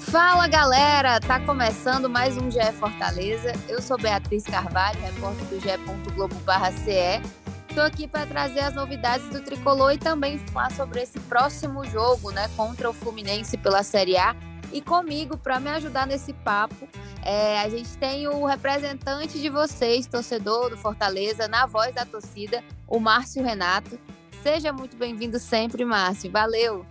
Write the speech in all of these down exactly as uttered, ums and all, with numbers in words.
Fala galera, tá começando mais um G E Fortaleza. Eu sou Beatriz Carvalho, repórter do G E Globo barra C E. Estou aqui para trazer as novidades do Tricolor e também falar sobre esse próximo jogo, né, contra o Fluminense pela Série A. E comigo, para me ajudar nesse papo, é, a gente tem o representante de vocês, torcedor do Fortaleza, na voz da torcida, o Márcio Renato. Seja muito bem-vindo sempre, Márcio. Valeu!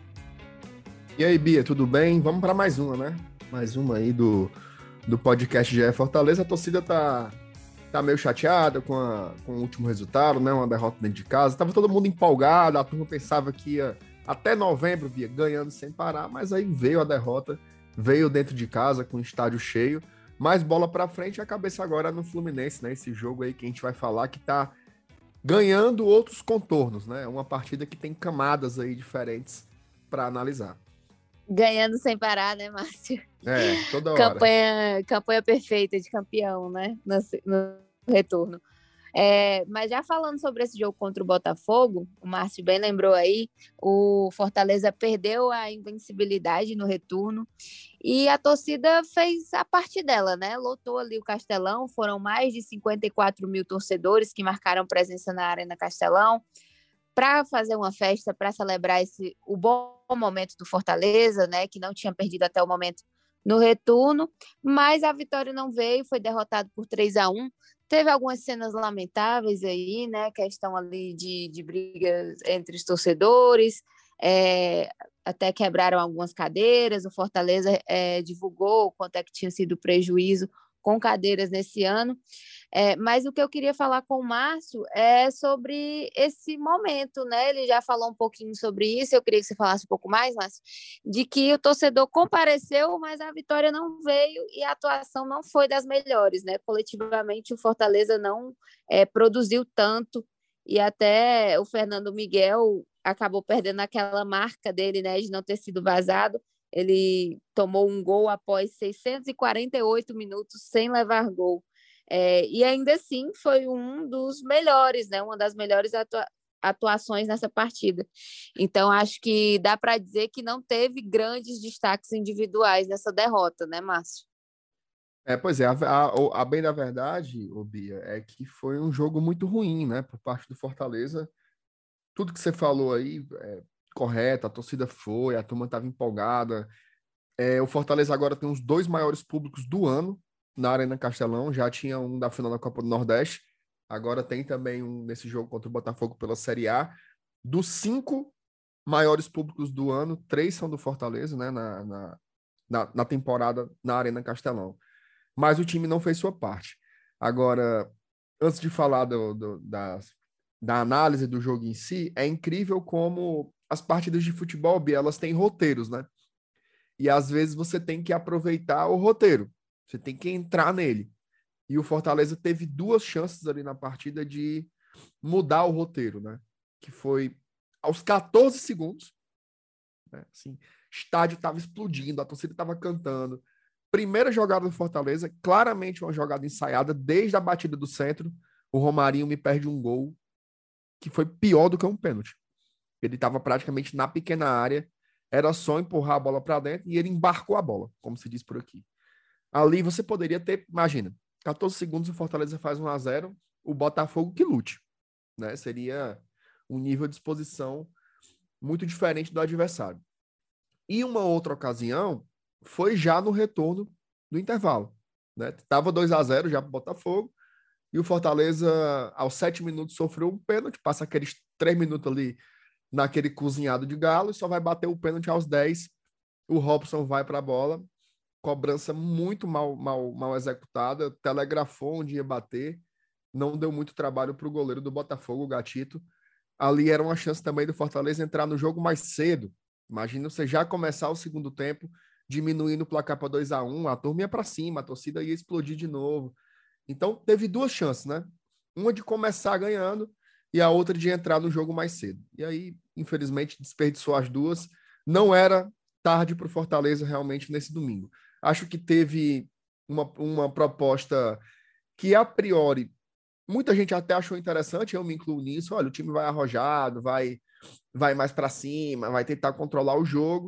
E aí, Bia, tudo bem? Vamos para mais uma, né? Mais uma aí do, do podcast G E Fortaleza. A torcida tá, tá meio chateada com, a, com o último resultado, né? Uma derrota dentro de casa. Tava todo mundo empolgado, a turma pensava que ia até novembro, Bia, ganhando sem parar, mas aí veio a derrota, veio dentro de casa com o estádio cheio. Mais bola para frente e a cabeça agora no Fluminense, né? Esse jogo aí que a gente vai falar que tá ganhando outros contornos, né? Uma partida que tem camadas aí diferentes para analisar. Ganhando sem parar, né, Márcio? É, toda hora. Campanha, campanha perfeita de campeão, né? No, no retorno. É, mas já falando sobre esse jogo contra o Botafogo, o Márcio bem lembrou aí, o Fortaleza perdeu a invencibilidade no retorno e a torcida fez a parte dela, né? Lotou ali o Castelão, foram mais de cinquenta e quatro mil torcedores que marcaram presença na Arena Castelão para fazer uma festa, para celebrar esse, o bom momento do Fortaleza, né, que não tinha perdido até o momento no retorno, mas a vitória não veio, foi derrotado por três a um. Teve algumas cenas lamentáveis aí, né, questão ali de, de brigas entre os torcedores, é, até quebraram algumas cadeiras, o Fortaleza é, divulgou quanto é que tinha sido o prejuízo com cadeiras nesse ano. É, mas o que eu queria falar com o Márcio é sobre esse momento, né? Ele já falou um pouquinho sobre isso, eu queria que você falasse um pouco mais, Márcio, de que o torcedor compareceu, mas a vitória não veio e a atuação não foi das melhores, né? Coletivamente, o Fortaleza não é, produziu tanto e até o Fernando Miguel acabou perdendo aquela marca dele, né, de não ter sido vazado. Ele tomou um gol após seiscentos e quarenta e oito minutos sem levar gol. É, e ainda assim foi um dos melhores, né? Uma das melhores atua atuações nessa partida. Então, acho que dá para dizer que não teve grandes destaques individuais nessa derrota, né, Márcio? É, pois é, a, a, a bem da verdade, ô Bia, é que foi um jogo muito ruim, né, por parte do Fortaleza. Tudo que você falou aí é correto, a torcida foi, a turma estava empolgada. É, o Fortaleza agora tem os dois maiores públicos do ano na Arena Castelão, já tinha um da final da Copa do Nordeste, agora tem também um nesse jogo contra o Botafogo pela Série A. Dos cinco maiores públicos do ano, três são do Fortaleza, né, na, na, na, na temporada na Arena Castelão. Mas o time não fez sua parte. Agora, antes de falar do, do, das, da análise do jogo em si, é incrível como as partidas de futebol, Bia, elas têm roteiros, né? E às vezes você tem que aproveitar o roteiro, você tem que entrar nele. E o Fortaleza teve duas chances ali na partida de mudar o roteiro, né? Que foi aos quatorze segundos, né? Assim, estádio estava explodindo, a torcida estava cantando. Primeira jogada do Fortaleza, claramente uma jogada ensaiada desde a batida do centro. O Romarinho me perde um gol que foi pior do que um pênalti. Ele estava praticamente na pequena área, era só empurrar a bola para dentro e ele embarcou a bola, como se diz por aqui. Ali você poderia ter, imagina, quatorze segundos o Fortaleza faz um a zero, o Botafogo que lute, né? Seria um nível de exposição muito diferente do adversário. E uma outra ocasião foi já no retorno do intervalo, né? Tava dois a zero já para o Botafogo e o Fortaleza aos sete minutos sofreu um pênalti, passa aqueles três minutos ali naquele cozinhado de galo e só vai bater o pênalti aos dez. O Robson vai para a bola, cobrança muito mal, mal, mal executada, telegrafou onde ia bater, não deu muito trabalho para o goleiro do Botafogo, o Gatito. Ali era uma chance também do Fortaleza entrar no jogo mais cedo. Imagina você já começar o segundo tempo, diminuindo o placar para dois a um, a turma ia para cima, a torcida ia explodir de novo. Então, teve duas chances, né? Uma de começar ganhando e a outra de entrar no jogo mais cedo. E aí, infelizmente, desperdiçou as duas. Não era tarde para o Fortaleza realmente nesse domingo. Acho que teve uma, uma proposta que, a priori, muita gente até achou interessante, eu me incluo nisso. Olha, o time vai arrojado, vai, vai mais para cima, vai tentar controlar o jogo,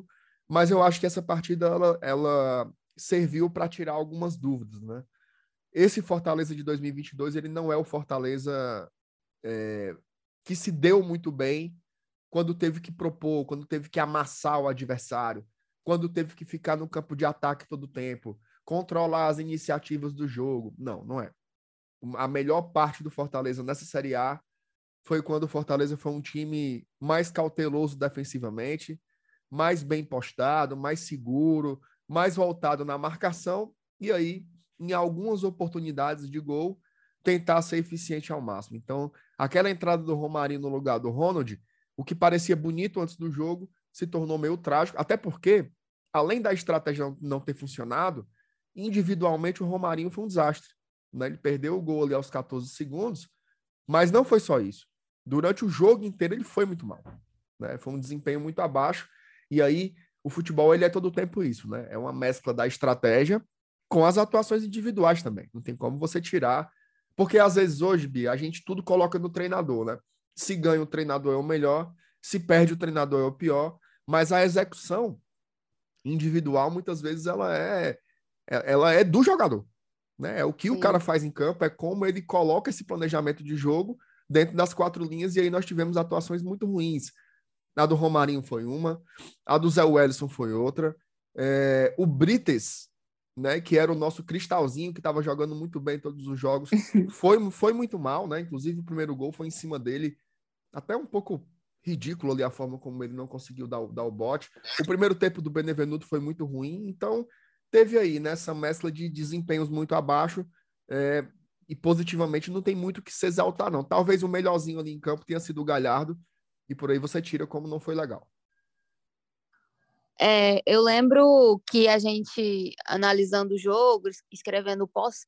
mas eu acho que essa partida ela, ela serviu para tirar algumas dúvidas, né? Esse Fortaleza de dois mil e vinte e dois, ele não é o Fortaleza é, que se deu muito bem quando teve que propor, quando teve que amassar o adversário, quando teve que ficar no campo de ataque todo o tempo, controlar as iniciativas do jogo. Não, não é. A melhor parte do Fortaleza nessa Série A foi quando o Fortaleza foi um time mais cauteloso defensivamente, mais bem postado, mais seguro, mais voltado na marcação, e aí, em algumas oportunidades de gol, tentar ser eficiente ao máximo. Então, aquela entrada do Romarinho no lugar do Ronald, o que parecia bonito antes do jogo, se tornou meio trágico, até porque, além da estratégia não ter funcionado, individualmente o Romarinho foi um desastre. Né? Ele perdeu o gol ali aos catorze segundos, mas não foi só isso. Durante o jogo inteiro ele foi muito mal. Né? Foi um desempenho muito abaixo, e aí o futebol ele é todo o tempo isso, né? É uma mescla da estratégia com as atuações individuais também. Não tem como você tirar, porque às vezes hoje, Bia, a gente tudo coloca no treinador, né? Se ganha o treinador é o melhor, se perde o treinador é o pior, mas a execução individual muitas vezes ela é ela é do jogador, né? É o que Sim. o cara faz em campo, é como ele coloca esse planejamento de jogo dentro das quatro linhas, e aí nós tivemos atuações muito ruins. A do Romarinho foi uma, a do Zé Wellison foi outra, é, o Brites, né, que era o nosso cristalzinho, que estava jogando muito bem em todos os jogos, foi, foi muito mal, né? Inclusive o primeiro gol foi em cima dele, até um pouco ridículo ali a forma como ele não conseguiu dar, dar o bote. O primeiro tempo do Benevenuto foi muito ruim, então teve aí nessa né, mescla de desempenhos muito abaixo, é, e positivamente não tem muito o que se exaltar, não. Talvez o melhorzinho ali em campo tenha sido o Galhardo, e por aí você tira como não foi legal. É, eu lembro que a gente, analisando o jogo, escrevendo o pós,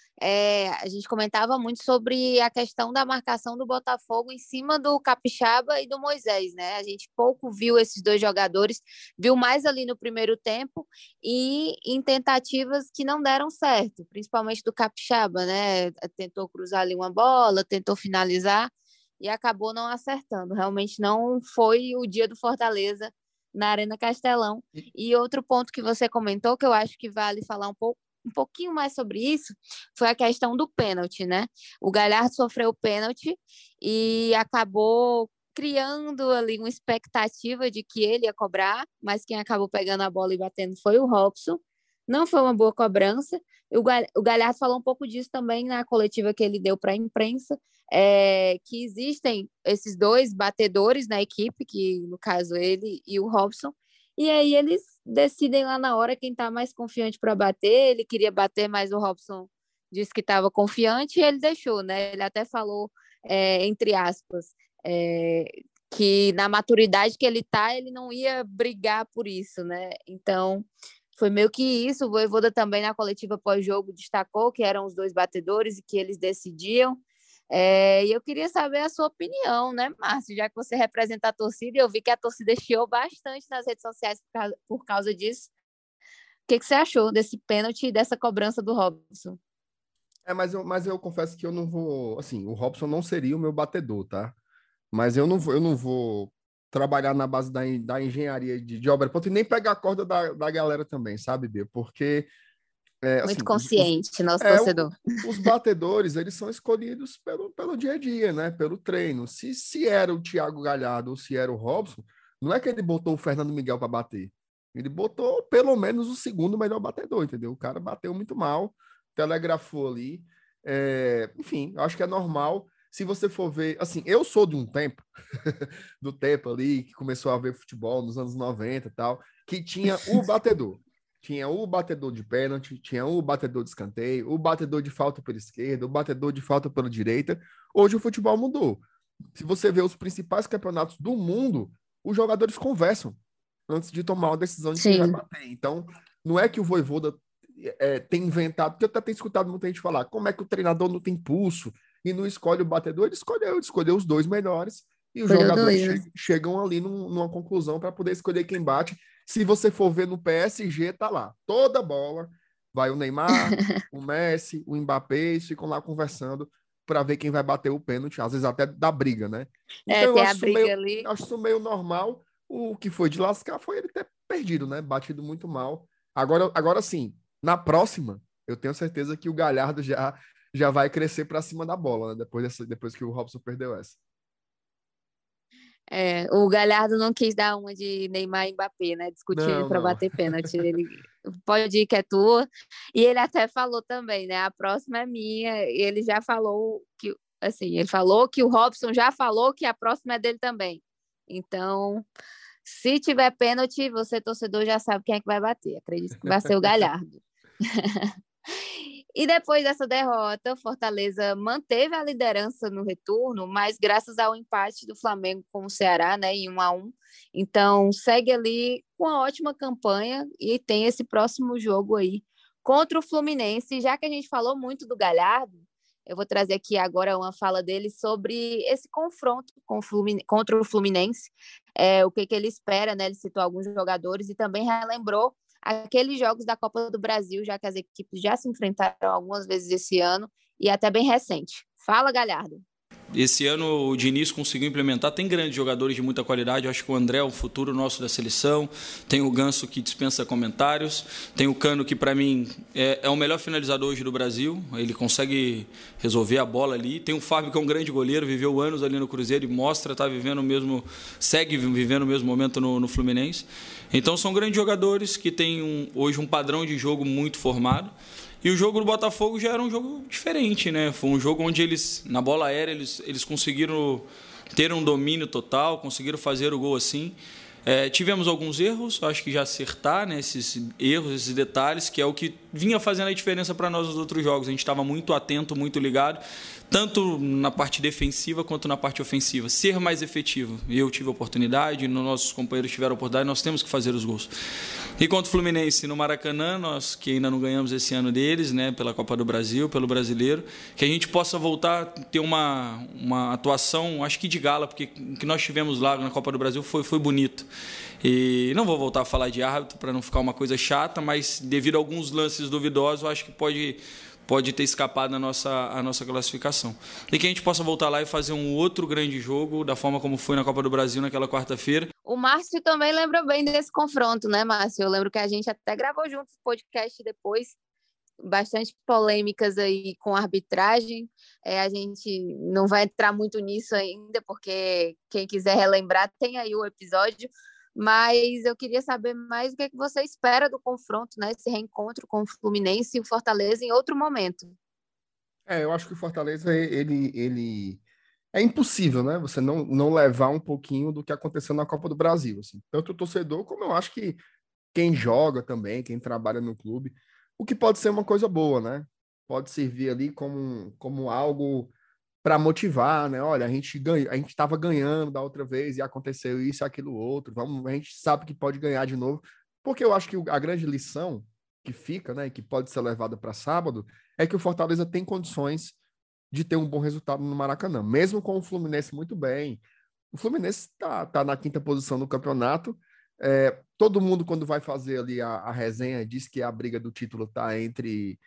é, a gente comentava muito sobre a questão da marcação do Botafogo em cima do Capixaba e do Moisés, né? A gente pouco viu esses dois jogadores, viu mais ali no primeiro tempo e em tentativas que não deram certo, principalmente do Capixaba, né? Tentou cruzar ali uma bola, tentou finalizar e acabou não acertando. Realmente não foi o dia do Fortaleza na Arena Castelão. E outro ponto que você comentou, que eu acho que vale falar um pouco, um pouquinho mais sobre isso, foi a questão do pênalti, né? O Galhardo sofreu o pênalti e acabou criando ali uma expectativa de que ele ia cobrar, mas quem acabou pegando a bola e batendo foi o Robson. Não foi uma boa cobrança. O Galhardo falou um pouco disso também na coletiva que ele deu para a imprensa, é, que existem esses dois batedores na equipe, que no caso ele e o Robson, e aí eles decidem lá na hora quem está mais confiante para bater. Ele queria bater, mas o Robson disse que estava confiante e ele deixou, né? Ele até falou, é, entre aspas, é, que na maturidade que ele tá, ele não ia brigar por isso, né? Então, foi meio que isso. O Vojvoda também na coletiva pós-jogo destacou que eram os dois batedores e que eles decidiam. É, e eu queria saber a sua opinião, né, Márcio? Já que você representa a torcida, eu vi que a torcida chiou bastante nas redes sociais por causa, por causa disso. O que, que você achou desse pênalti e dessa cobrança do Robson? É, mas eu, mas eu confesso que eu não vou. Assim, o Robson não seria o meu batedor, tá? Mas eu não vou, eu não vou trabalhar na base da, da engenharia de, de obra pronta e nem pegar a corda da, da galera também, sabe, Bia? Porque, é, Muito assim, os, os, consciente, nosso é, o- torcedor. os batedores, eles são escolhidos pelo, pelo dia a dia, né? Pelo treino. Se, se era o Thiago Galhardo ou se era o Robson, não é que ele botou o Fernando Miguel para bater. Ele botou pelo menos o segundo melhor batedor, entendeu? O cara bateu muito mal, telegrafou ali. É, enfim, eu acho que é normal. Se você for ver, assim, eu sou de um tempo, do tempo ali, que começou a ver futebol nos anos noventa e tal, que tinha o batedor. Tinha o batedor de pênalti, tinha o batedor de escanteio, o batedor de falta pela esquerda, o batedor de falta pela direita. Hoje o futebol mudou. Se você vê os principais campeonatos do mundo, os jogadores conversam antes de tomar uma decisão de quem vai Sim. bater. Então, não é que o Vojvoda é, tem inventado, porque eu até tenho escutado muita gente falar, como é que o treinador não tem pulso e não escolhe o batedor? Ele escolheu, ele escolheu os dois melhores e os Escolheu jogadores dois, né? che chegam ali num, numa conclusão para poder escolher quem bate. Se você for ver no P S G, tá lá, toda bola, vai o Neymar, o Messi, o Mbappé, eles ficam lá conversando para ver quem vai bater o pênalti, às vezes até da briga, né? É, Então eu tem acho a isso meio, briga ali. acho isso meio normal. O que foi de lascar foi ele ter perdido, né? Batido muito mal. Agora, agora sim, na próxima, eu tenho certeza que o Galhardo já, já vai crescer para cima da bola, né? Depois, dessa, depois que o Robson perdeu essa. É, o Galhardo não quis dar uma de Neymar e Mbappé, né? Discutindo Não, para não. bater pênalti. Ele pode ir que é tua. E ele até falou também, né? A próxima é minha. E ele já falou que, assim, ele falou que o Robson já falou que a próxima é dele também. Então, se tiver pênalti, você, torcedor, já sabe quem é que vai bater. Acredito que vai ser o Galhardo. E depois dessa derrota, o Fortaleza manteve a liderança no retorno, mas graças ao empate do Flamengo com o Ceará, né, em um a um. Então, segue ali com uma ótima campanha e tem esse próximo jogo aí contra o Fluminense. Já que a gente falou muito do Galhardo, eu vou trazer aqui agora uma fala dele sobre esse confronto com o Flumin- contra o Fluminense, é, o que, que ele espera, né? Ele citou alguns jogadores e também relembrou aqueles jogos da Copa do Brasil, já que as equipes já se enfrentaram algumas vezes esse ano e até bem recente. Fala, Galhardo. Esse ano o Diniz conseguiu implementar, tem grandes jogadores de muita qualidade, eu acho que o André é o futuro nosso da seleção, tem o Ganso que dispensa comentários, tem o Cano que para mim é, é o melhor finalizador hoje do Brasil, ele consegue resolver a bola ali, tem o Fábio que é um grande goleiro, viveu anos ali no Cruzeiro e mostra, tá vivendo o mesmo, segue vivendo o mesmo momento no, no Fluminense. Então são grandes jogadores que têm um, hoje um padrão de jogo muito formado. E o jogo do Botafogo já era um jogo diferente, né? Foi um jogo onde eles, na bola aérea, eles, eles conseguiram ter um domínio total, conseguiram fazer o gol assim. É, tivemos alguns erros, acho que já acertar, né, esses erros, esses detalhes, que é o que vinha fazendo a diferença para nós nos outros jogos. A gente estava muito atento, muito ligado, tanto na parte defensiva quanto na parte ofensiva. Ser mais efetivo. Eu tive a oportunidade, nossos companheiros tiveram a oportunidade, nós temos que fazer os gols. E contra o Fluminense no Maracanã, nós que ainda não ganhamos esse ano deles, né, pela Copa do Brasil, pelo Brasileiro, que a gente possa voltar a ter uma, uma atuação, acho que de gala, porque o que nós tivemos lá na Copa do Brasil foi, foi bonito. E não vou voltar a falar de árbitro para não ficar uma coisa chata, mas devido a alguns lances duvidosos, eu acho que pode, pode ter escapado a nossa, a nossa classificação. E que a gente possa voltar lá e fazer um outro grande jogo, da forma como foi na Copa do Brasil naquela quarta-feira. O Márcio também lembra bem desse confronto, né, Márcio? Eu lembro que a gente até gravou juntos o podcast depois, bastante polêmicas aí com a arbitragem. É, a gente não vai entrar muito nisso ainda, porque quem quiser relembrar tem aí o episódio, mas eu queria saber mais o que, é que você espera do confronto, né? Esse reencontro com o Fluminense e o Fortaleza em outro momento. É, eu acho que o Fortaleza, ele, ele... É impossível, né? Você não, não levar um pouquinho do que aconteceu na Copa do Brasil, assim. Tanto o torcedor, como eu acho que quem joga também, quem trabalha no clube, o que pode ser uma coisa boa, né? Pode servir ali como, como algo para motivar, né? Olha, a gente ganha, a gente estava ganhando da outra vez e aconteceu isso e aquilo outro. Vamos, a gente sabe que pode ganhar de novo, porque eu acho que a grande lição que fica, né, que pode ser levada para sábado, é que o Fortaleza tem condições de ter um bom resultado no Maracanã, mesmo com o Fluminense muito bem. O Fluminense está tá na quinta posição no campeonato. É, todo mundo, quando vai fazer ali a, a resenha, diz que a briga do título está entre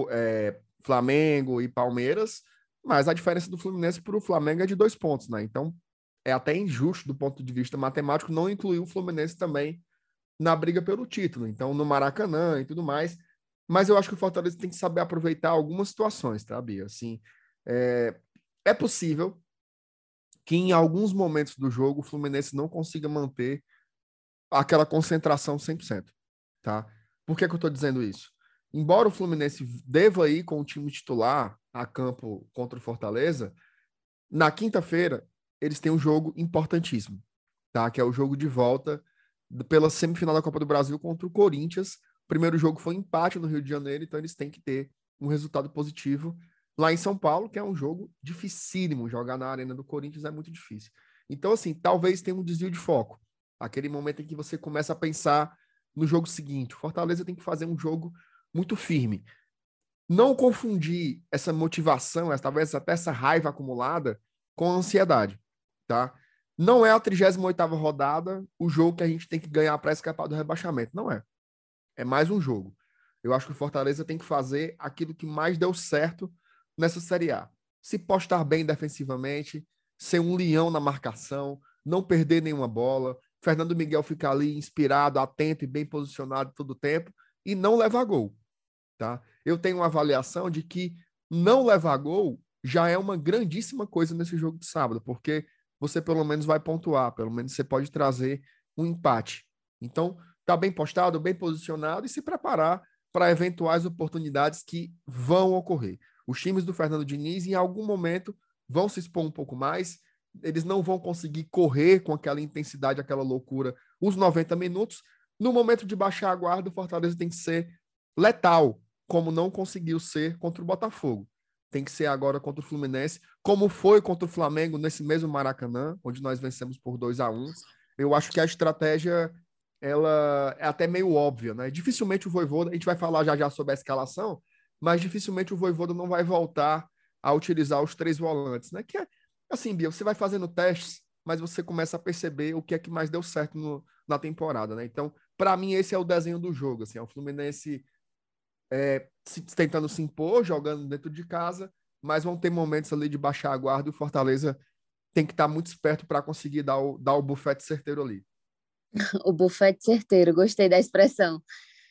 é, Flamengo e Palmeiras, mas a diferença do Fluminense para o Flamengo é de dois pontos, né? Então é até injusto do ponto de vista matemático não incluir o Fluminense também na briga pelo título. Então, no Maracanã e tudo mais. Mas eu acho que o Fortaleza tem que saber aproveitar algumas situações, tá, Bia? Assim, é, é possível que em alguns momentos do jogo o Fluminense não consiga manter aquela concentração cem por cento, tá? Por que que eu tô dizendo isso? Embora o Fluminense deva ir com o time titular a campo contra o Fortaleza, na quinta-feira eles têm um jogo importantíssimo, tá? Que é o jogo de volta pela semifinal da Copa do Brasil contra o Corinthians. O primeiro jogo foi empate no Rio de Janeiro, então eles têm que ter um resultado positivo lá em São Paulo, que é um jogo dificílimo. Jogar na arena do Corinthians é muito difícil. Então, assim, talvez tenha um desvio de foco. Aquele momento em que você começa a pensar no jogo seguinte. O Fortaleza tem que fazer um jogo muito firme. Não confundir essa motivação, essa, talvez até essa raiva acumulada, com a ansiedade, tá? Não é a trigésima oitava rodada o jogo que a gente tem que ganhar para escapar do rebaixamento. Não é. É mais um jogo. Eu acho que o Fortaleza tem que fazer aquilo que mais deu certo nessa Série A. Se postar bem defensivamente, ser um leão na marcação, não perder nenhuma bola, Fernando Miguel ficar ali inspirado, atento e bem posicionado todo o tempo e não levar gol, tá? Eu tenho uma avaliação de que não levar gol já é uma grandíssima coisa nesse jogo de sábado, porque você pelo menos vai pontuar, pelo menos você pode trazer um empate. Então, tá bem postado, bem posicionado e se preparar para eventuais oportunidades que vão ocorrer. Os times do Fernando Diniz, em algum momento, vão se expor um pouco mais, eles não vão conseguir correr com aquela intensidade, aquela loucura, os noventa minutos. No momento de baixar a guarda, o Fortaleza tem que ser letal, como não conseguiu ser contra o Botafogo. Tem que ser agora contra o Fluminense, como foi contra o Flamengo nesse mesmo Maracanã, onde nós vencemos por dois a um. Eu acho que a estratégia ela é até meio óbvia, né? Dificilmente o Vojvoda, a gente vai falar já já sobre a escalação, mas dificilmente o Vojvoda não vai voltar a utilizar os três volantes, né? Que é assim, Bia, você vai fazendo testes, mas você começa a perceber o que é que mais deu certo no, na temporada, né? Então, para mim, esse é o desenho do jogo, assim, é o Fluminense é, se, tentando se impor, jogando dentro de casa, mas vão ter momentos ali de baixar a guarda e o Fortaleza tem que estar muito esperto para conseguir dar o, dar o bufete certeiro ali. O bufete certeiro, gostei da expressão.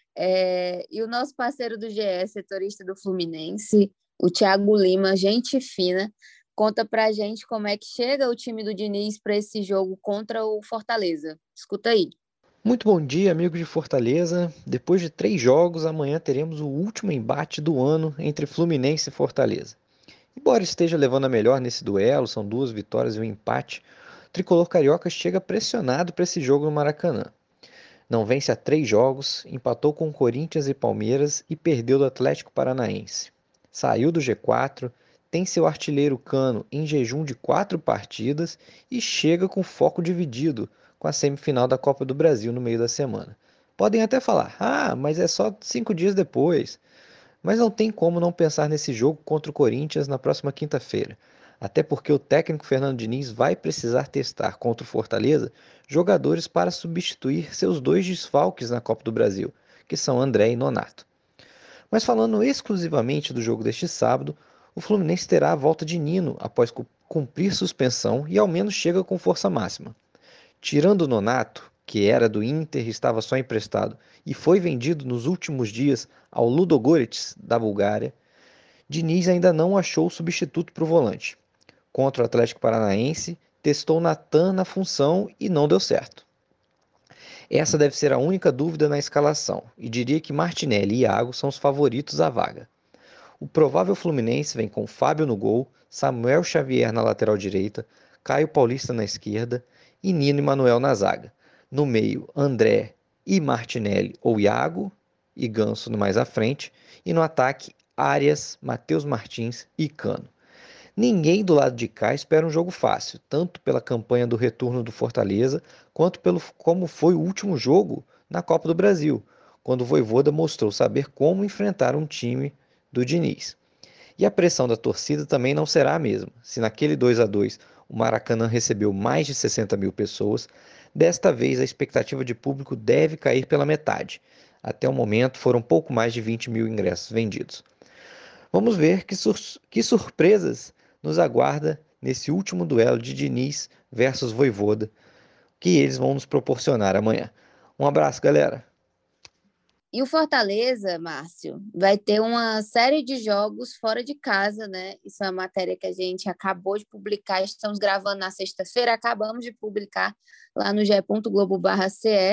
É, e o nosso parceiro do G E, setorista do Fluminense, o Thiago Lima, gente fina, conta pra gente como é que chega o time do Diniz para esse jogo contra o Fortaleza. Escuta aí. Muito bom dia, amigos de Fortaleza. Depois de três jogos, amanhã teremos o último embate do ano entre Fluminense e Fortaleza. Embora esteja levando a melhor nesse duelo, são duas vitórias e um empate, o tricolor carioca chega pressionado para esse jogo no Maracanã. Não vence há três jogos, empatou com Corinthians e Palmeiras e perdeu do Atlético Paranaense. Saiu do G quatro, tem seu artilheiro Cano em jejum de quatro partidas e chega com foco dividido com a semifinal da Copa do Brasil no meio da semana. Podem até falar, ah, mas é só cinco dias depois. Mas não tem como não pensar nesse jogo contra o Corinthians na próxima quinta-feira. Até porque o técnico Fernando Diniz vai precisar testar contra o Fortaleza jogadores para substituir seus dois desfalques na Copa do Brasil, que são André e Nonato. Mas falando exclusivamente do jogo deste sábado, o Fluminense terá a volta de Nino após cumprir suspensão e ao menos chega com força máxima. Tirando o Nonato, que era do Inter e estava só emprestado e foi vendido nos últimos dias ao Ludogorets da Bulgária, Diniz ainda não achou o substituto para o volante. Contra o Atlético Paranaense, testou Natan na função e não deu certo. Essa deve ser a única dúvida na escalação, e diria que Martinelli e Iago são os favoritos à vaga. O provável Fluminense vem com Fábio no gol, Samuel Xavier na lateral direita, Caio Paulista na esquerda e Nino e Manuel na zaga. No meio, André e Martinelli ou Iago e Ganso mais à frente, e no ataque, Arias, Matheus Martins e Cano. Ninguém do lado de cá espera um jogo fácil, tanto pela campanha do retorno do Fortaleza, quanto pelo como foi o último jogo na Copa do Brasil, quando o Vojvoda mostrou saber como enfrentar um time do Diniz. E a pressão da torcida também não será a mesma. Se naquele dois a dois o Maracanã recebeu mais de sessenta mil pessoas, desta vez a expectativa de público deve cair pela metade. Até o momento foram pouco mais de vinte mil ingressos vendidos. Vamos ver que, sur- que surpresas nos aguarda nesse último duelo de Diniz versus Vojvoda, que eles vão nos proporcionar amanhã. Um abraço, galera! E o Fortaleza, Márcio, vai ter uma série de jogos fora de casa, né? Isso é uma matéria que a gente acabou de publicar, estamos gravando na sexta-feira, acabamos de publicar lá no ge ponto globo barra ce.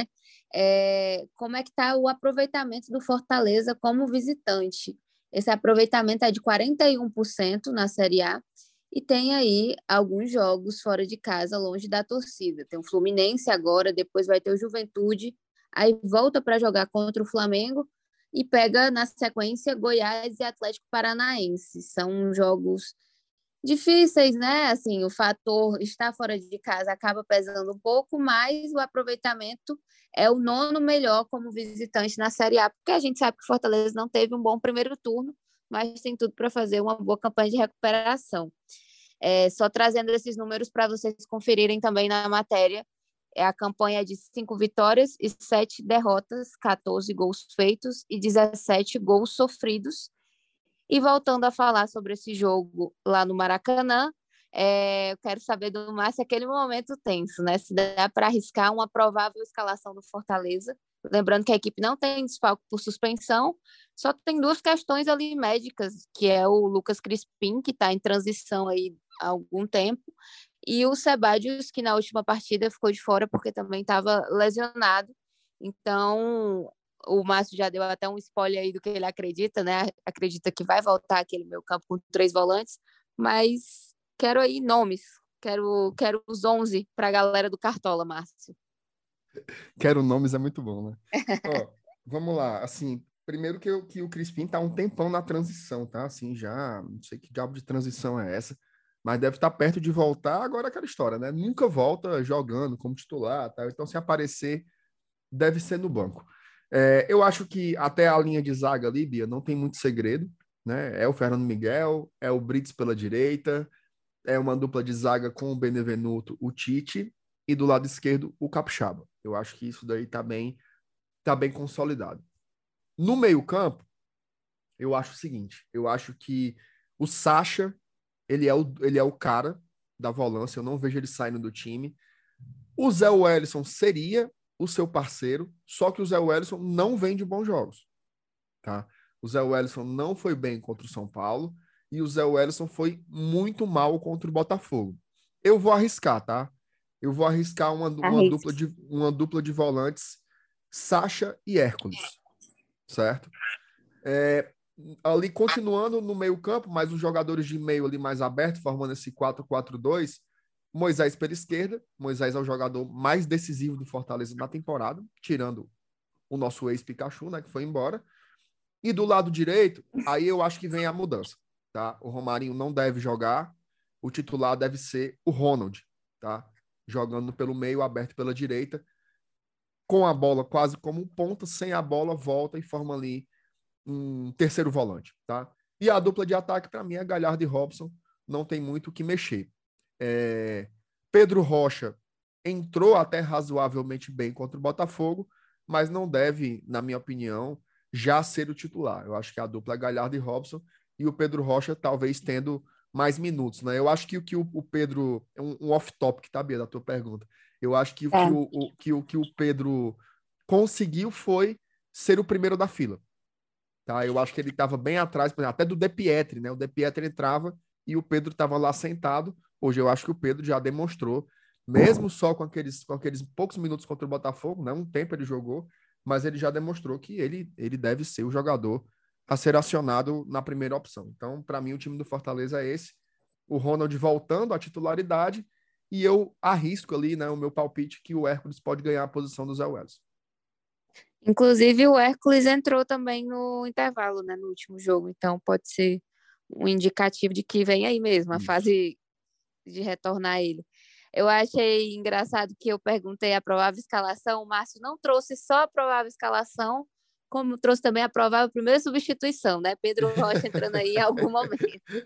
É, como é que está o aproveitamento do Fortaleza como visitante? Esse aproveitamento é de quarenta e um por cento na Série A e tem aí alguns jogos fora de casa, longe da torcida. Tem o Fluminense agora, depois vai ter o Juventude, aí volta para jogar contra o Flamengo e pega na sequência Goiás e Atlético Paranaense. São jogos difíceis, né? Assim, o fator estar fora de casa acaba pesando um pouco, mas o aproveitamento é o nono melhor como visitante na Série A, porque a gente sabe que o Fortaleza não teve um bom primeiro turno, mas tem tudo para fazer uma boa campanha de recuperação. É, só trazendo esses números para vocês conferirem também na matéria, é a campanha de cinco vitórias e sete derrotas, quatorze gols feitos e dezessete gols sofridos. E voltando a falar sobre esse jogo lá no Maracanã, É, eu quero saber do Márcio aquele momento tenso, né? Se dá para arriscar uma provável escalação do Fortaleza. Lembrando que a equipe não tem desfalque por suspensão, só tem duas questões ali médicas, que é o Lucas Crispim, que está em transição aí há algum tempo, e o Sebadios, que na última partida ficou de fora porque também estava lesionado. Então, o Márcio já deu até um spoiler aí do que ele acredita, né? Acredita que vai voltar aquele meio campo com três volantes, mas quero aí nomes, quero, quero os onze para a galera do Cartola, Márcio. Quero nomes é muito bom, né? Ó, vamos lá, assim, primeiro que, eu, que o Crispim tá um tempão na transição, tá? Assim, já, não sei que diabo de transição é essa, mas deve estar perto de voltar, agora é aquela história, né? Nunca volta jogando como titular, tá? Então, se aparecer, deve ser no banco. É, eu acho que até a linha de zaga ali, Bia, não tem muito segredo, né? É o Fernando Miguel, é o Brits pela direita, é uma dupla de zaga com o Benevenuto, o Tite, e do lado esquerdo, o Capixaba. Eu acho que isso daí tá bem, tá bem consolidado. No meio-campo, eu acho o seguinte: eu acho que o Sacha, ele é o, ele é o cara da volância, eu não vejo ele saindo do time. O Zé Wellison seria o seu parceiro, só que o Zé Wellison não vem de bons jogos, tá? O Zé Wellison não foi bem contra o São Paulo e o Zé Wellison foi muito mal contra o Botafogo. Eu vou arriscar, tá? Eu vou arriscar uma, uma, dupla, de, uma dupla de volantes, Sacha e Hércules, certo? É, ali continuando no meio campo, mas os jogadores de meio ali mais abertos, formando esse quatro quatro dois, Moisés pela esquerda. Moisés é o jogador mais decisivo do Fortaleza na temporada, tirando o nosso ex-Pikachu, né, que foi embora. E do lado direito, aí eu acho que vem a mudança, tá? O Romarinho não deve jogar, o titular deve ser o Ronald, tá? Jogando pelo meio, aberto pela direita, com a bola quase como um ponta, sem a bola, volta e forma ali um terceiro volante, tá? E a dupla de ataque, para mim, é Galhardo e Robson, não tem muito o que mexer. É... Pedro Rocha entrou até razoavelmente bem contra o Botafogo, mas não deve, na minha opinião, já ser o titular. Eu acho que a dupla é Galhardo e Robson, e o Pedro Rocha talvez tendo mais minutos, né? Eu acho que o que o, o Pedro... Um, um off-topic, tá, Bia, da tua pergunta. Eu acho que o é. que, o, o, que, o, que o Pedro conseguiu foi ser o primeiro da fila. Tá? Eu acho que ele estava bem atrás, até do De Pietri, né? O De Pietri entrava e o Pedro estava lá sentado. Hoje eu acho que o Pedro já demonstrou, mesmo só com aqueles, com aqueles poucos minutos contra o Botafogo, né? Um tempo ele jogou, mas ele já demonstrou que ele, ele deve ser o jogador a ser acionado na primeira opção. Então, para mim, o time do Fortaleza é esse. O Ronald voltando à titularidade e eu arrisco ali, né, o meu palpite que o Hércules pode ganhar a posição do Zé Welles. Inclusive, o Hércules entrou também no intervalo, né, no último jogo. Então, pode ser um indicativo de que vem aí mesmo, a Isso. fase de retornar ele. Eu achei engraçado que eu perguntei a provável escalação, o Márcio não trouxe só a provável escalação, como trouxe também a provável primeira substituição, né? Pedro Rocha entrando aí em algum momento.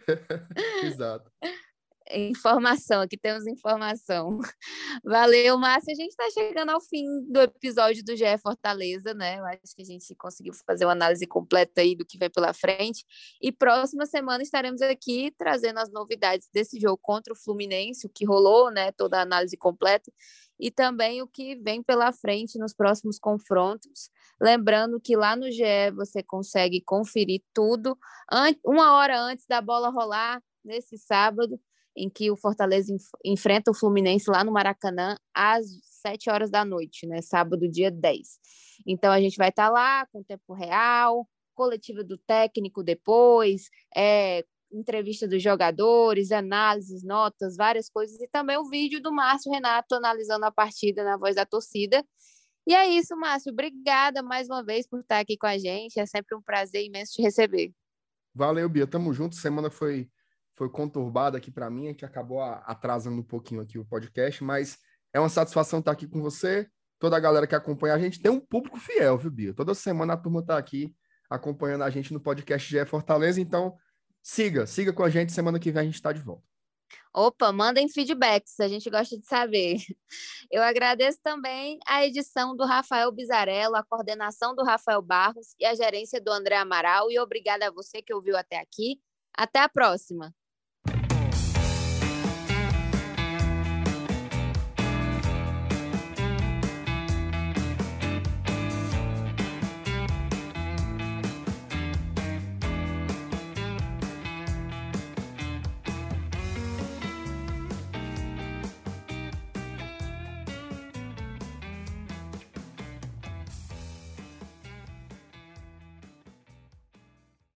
Exato. Informação, aqui temos informação. Valeu, Márcia. A gente está chegando ao fim do episódio do G E Fortaleza, né? Eu acho que a gente conseguiu fazer uma análise completa aí do que vem pela frente. E próxima semana estaremos aqui trazendo as novidades desse jogo contra o Fluminense, o que rolou, né? Toda a análise completa. E também o que vem pela frente nos próximos confrontos. Lembrando que lá no G E você consegue conferir tudo uma hora antes da bola rolar, nesse sábado, em que o Fortaleza enf- enfrenta o Fluminense lá no Maracanã às sete horas da noite, né? Sábado, dia dez. Então, a gente vai estar lá com tempo real, coletiva do técnico depois, é, entrevista dos jogadores, análises, notas, várias coisas, e também o vídeo do Márcio Renato analisando a partida na Voz da Torcida. E é isso, Márcio. Obrigada mais uma vez por estar aqui com a gente. É sempre um prazer imenso te receber. Valeu, Bia. Tamo junto. Semana foi... foi conturbada aqui para mim, que acabou atrasando um pouquinho aqui o podcast, mas é uma satisfação estar aqui com você, toda a galera que acompanha a gente. Tem um público fiel, viu, Bia? Toda semana a turma está aqui acompanhando a gente no podcast G E Fortaleza, então siga, siga com a gente, semana que vem a gente está de volta. Opa, mandem feedbacks, a gente gosta de saber. Eu agradeço também a edição do Rafael Bizarello, a coordenação do Rafael Barros e a gerência do André Amaral, e obrigada a você que ouviu até aqui. Até a próxima!